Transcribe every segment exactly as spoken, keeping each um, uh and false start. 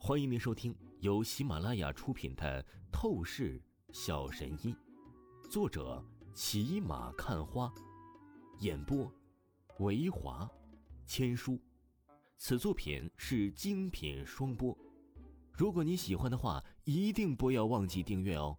欢迎您收听由喜马拉雅出品的《透视小神医》，作者骑马看花，演播维华千书。此作品是精品双播。如果你喜欢的话，一定不要忘记订阅哦。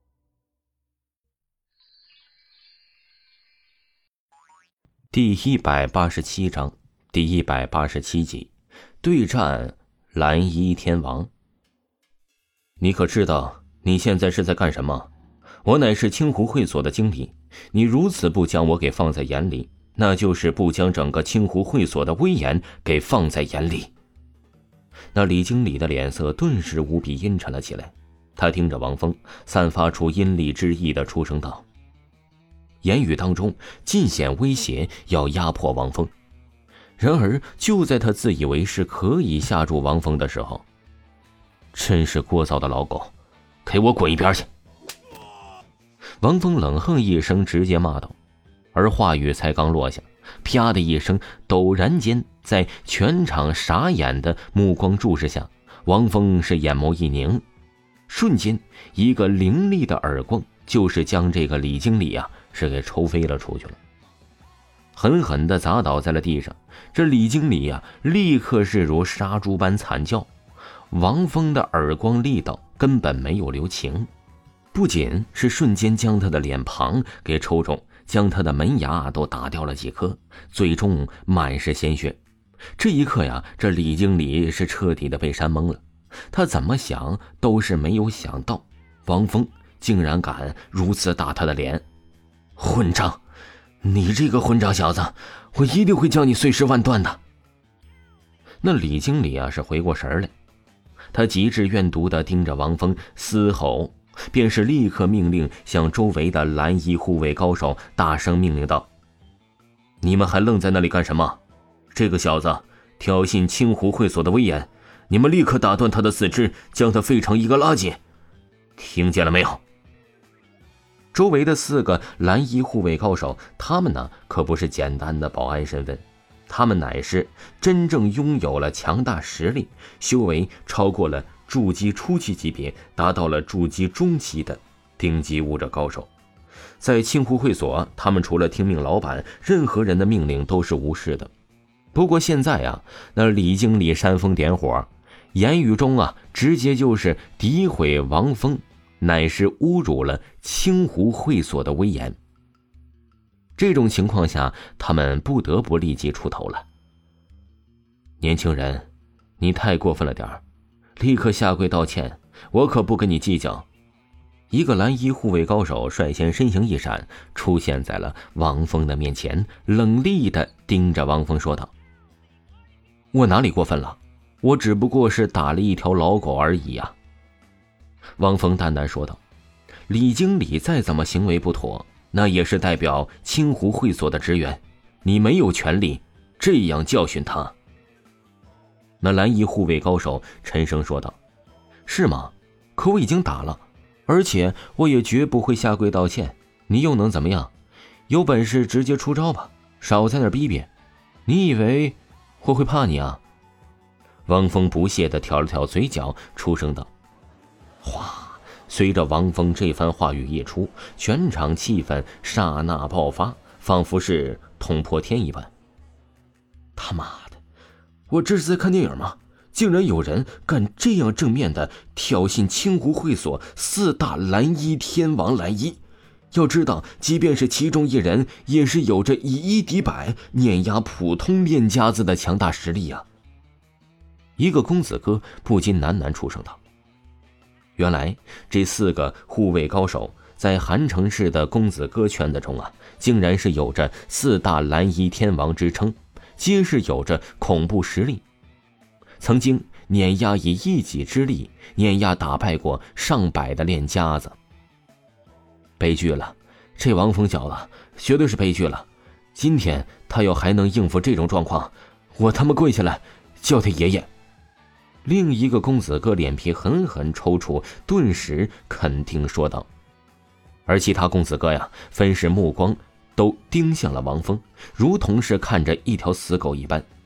第一百八十七章，第一百八十七集，对战蓝衣天王。你可知道你现在是在干什么？我乃是清湖会所的经理，你如此不将我给放在眼里，那就是不将整个清湖会所的威严给放在眼里。那李经理的脸色顿时无比阴沉了起来，他盯着王峰，散发出阴厉之意的出声道，言语当中尽显威胁，要压迫王峰。然而就在他自以为是可以吓住王峰的时候，真是聒噪的老狗，给我滚一边去！王峰冷哼一声，直接骂道，而话语才刚落下，啪的一声，陡然间在全场傻眼的目光注视下，王峰是眼眸一凝，瞬间一个凌厉的耳光就是将这个李经理啊是给抽飞了出去了，狠狠地砸倒在了地上。这李经理啊立刻是如杀猪般惨叫。王峰的耳光力道根本没有留情，不仅是瞬间将他的脸庞给抽中，将他的门牙都打掉了几颗，最终满是鲜血。这一刻呀，这李经理是彻底的被扇懵了，他怎么想都是没有想到王峰竟然敢如此打他的脸。混账，你这个混账小子，我一定会将你碎尸万段的。那李经理啊是回过神来，他极致怨毒地盯着王峰嘶吼，便是立刻命令向周围的蓝衣护卫高手大声命令道，你们还愣在那里干什么？这个小子挑衅清湖会所的威严，你们立刻打断他的四肢，将他废成一个垃圾，听见了没有？周围的四个蓝衣护卫高手，他们呢可不是简单的保安身份，他们乃是真正拥有了强大实力，修为超过了筑基初期级别，达到了筑基中期的顶级武者高手。在清湖会所，他们除了听命老板，任何人的命令都是无视的。不过现在啊，那李经理煽风点火，言语中啊直接就是诋毁王峰，乃是侮辱了清湖会所的威严。这种情况下，他们不得不立即出头了。年轻人，你太过分了点儿，立刻下跪道歉，我可不跟你计较。一个蓝衣护卫高手率先身形一闪，出现在了王峰的面前，冷厉地盯着王峰说道，我哪里过分了？我只不过是打了一条老狗而已啊。王峰淡淡说道，李经理再怎么行为不妥，那也是代表清湖会所的职员，你没有权利这样教训他。那蓝衣护卫高手沉声说道，是吗？可我已经打了，而且我也绝不会下跪道歉，你又能怎么样？有本事直接出招吧，少在那儿逼逼，你以为我会怕你啊？王峰不屑地挑了挑嘴角，出声道。哗，随着王峰这番话语一出，全场气氛刹那爆发，仿佛是捅破天一般。他妈的，我这是在看电影吗？竟然有人敢这样正面的挑衅清湖会所四大蓝衣天王蓝衣。要知道，即便是其中一人，也是有着以一敌百，碾压普通练家子的强大实力啊。一个公子哥不禁喃喃出声道，原来这四个护卫高手在韩城市的公子哥圈子中啊，竟然是有着四大蓝衣天王之称，皆是有着恐怖实力，曾经碾压以一己之力碾压打败过上百的练家子。悲剧了，这王峰小子绝对是悲剧了，今天他要还能应付这种状况，我他妈跪下来叫他爷爷。另一个公子哥脸皮狠狠抽搐，顿时肯定说道。而其他公子哥呀，分是目光都盯向了王峰，如同是看着一条死狗一般。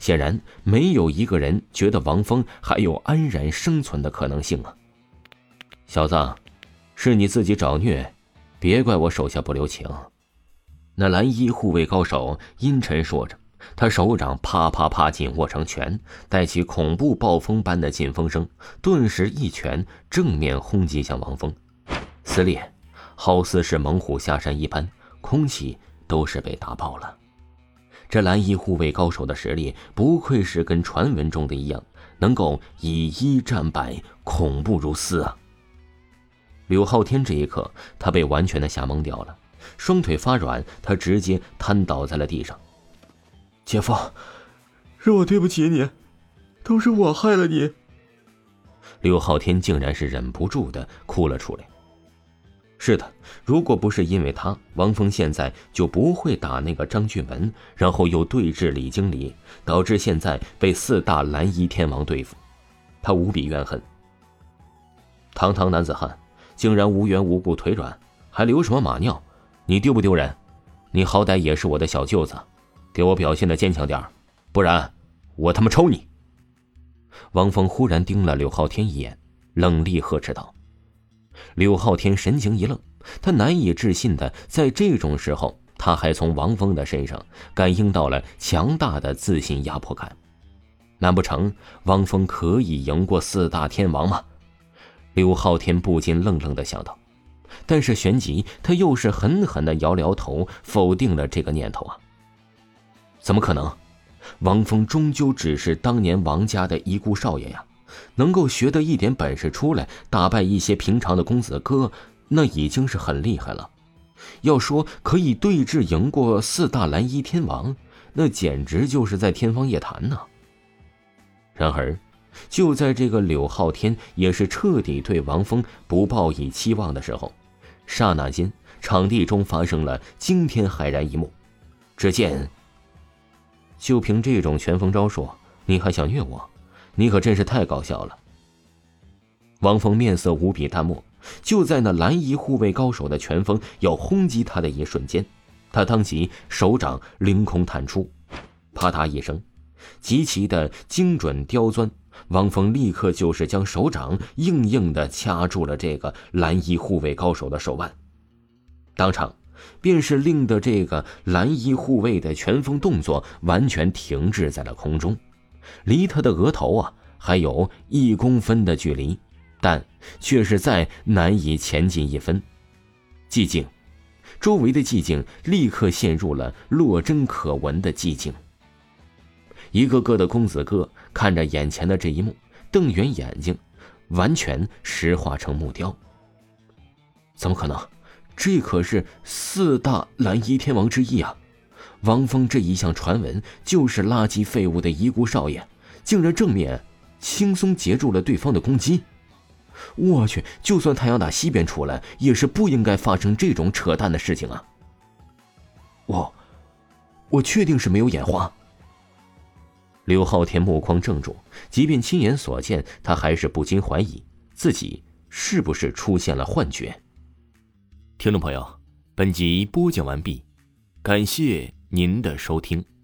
显然没有一个人觉得王峰还有安然生存的可能性啊。小子，是你自己找虐，别怪我手下不留情。那蓝衣护卫高手阴沉说着，他手掌啪啪啪紧握成拳，带起恐怖暴风般的劲风声，顿时一拳正面轰击向王峰，撕裂，好似是猛虎下山一般，空气都是被打爆了。这蓝衣护卫高手的实力不愧是跟传闻中的一样，能够以一战百，恐怖如斯啊！柳浩天这一刻，他被完全的吓懵掉了，双腿发软，他直接瘫倒在了地上。 姐夫，是我对不起你，都是我害了你。 柳浩天竟然是忍不住的哭了出来。是的，如果不是因为他，王峰现在就不会打那个张俊文，然后又对峙李经理，导致现在被四大蓝衣天王对付。他无比怨恨。堂堂男子汉，竟然无缘无故腿软，还流什么马尿？你丢不丢人？你好歹也是我的小舅子，给我表现的坚强点，不然我他妈抽你！王峰忽然盯了柳浩天一眼，冷厉呵斥道。柳浩天神情一愣，他难以置信的在这种时候，他还从王峰的身上感应到了强大的自信压迫感。难不成王峰可以赢过四大天王吗？柳浩天不禁愣愣地想到，但是旋即他又是狠狠地摇了摇头，否定了这个念头啊！怎么可能？王峰终究只是当年王家的遗孤少爷呀，能够学得一点本事出来，打败一些平常的公子哥，那已经是很厉害了。要说可以对峙赢过四大蓝衣天王，那简直就是在天方夜谭呢。然而就在这个柳浩天也是彻底对王峰不抱以期望的时候，刹那间场地中发生了惊天骇然一幕。只见，就凭这种拳风招数，你还想虐我？你可真是太搞笑了。王峰面色无比淡漠，就在那蓝衣护卫高手的拳风要轰击他的一瞬间，他当即手掌凌空弹出，啪嗒一声，极其的精准刁钻，王峰立刻就是将手掌硬硬地掐住了这个蓝衣护卫高手的手腕，当场便是令得这个蓝衣护卫的拳风动作完全停滞在了空中，离他的额头啊还有一公分的距离，但却是再难以前进一分。寂静，周围的寂静立刻陷入了落针可闻的寂静。一个个的公子哥看着眼前的这一幕，瞪圆眼睛，完全石化成木雕。怎么可能？这可是四大蓝衣天王之一啊！王峰这一项传闻就是垃圾废物的遗孤少爷，竟然正面轻松截住了对方的攻击。我去，就算太阳打西边出来，也是不应该发生这种扯淡的事情啊！我，我确定是没有眼花。刘浩天目光怔住，即便亲眼所见，他还是不禁怀疑自己是不是出现了幻觉。 听众朋友，本集播讲完毕，感谢您的收听。